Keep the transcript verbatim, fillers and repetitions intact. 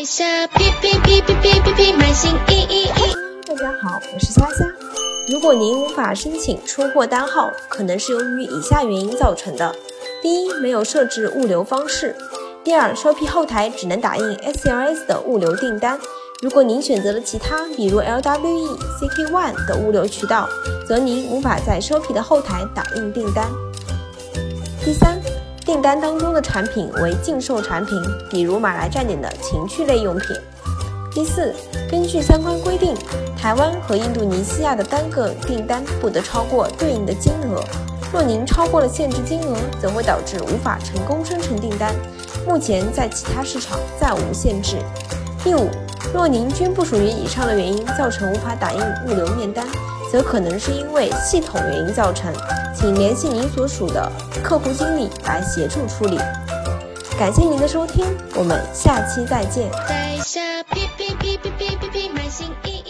在下屁屁屁屁屁屁屁买新衣衣衣。 大家好，我是虾虾。如果您无法申请出货单号，可能是由于以下原因造成的：第一，没有设置物流方式；第二，收批后台只能打印 S L S 的物流订单。如果您选择了其他，比如 L W E、C K one 的物流渠道，则您无法在收批的后台打印订单。第三，订单当中的产品为禁售产品，比如马来站点的情趣类用品。第四，根据相关规定，台湾和印度尼西亚的单个订单不得超过对应的金额，若您超过了限制金额，则会导致无法成功生成订单。目前在其他市场暂无限制。第五，若您均不属于以上的原因造成无法打印物流面单，则可能是因为系统原因造成，请联系您所属的客户经理来协助处理。感谢您的收听，我们下期再见。 在下屁屁屁屁屁屁屁买新衣。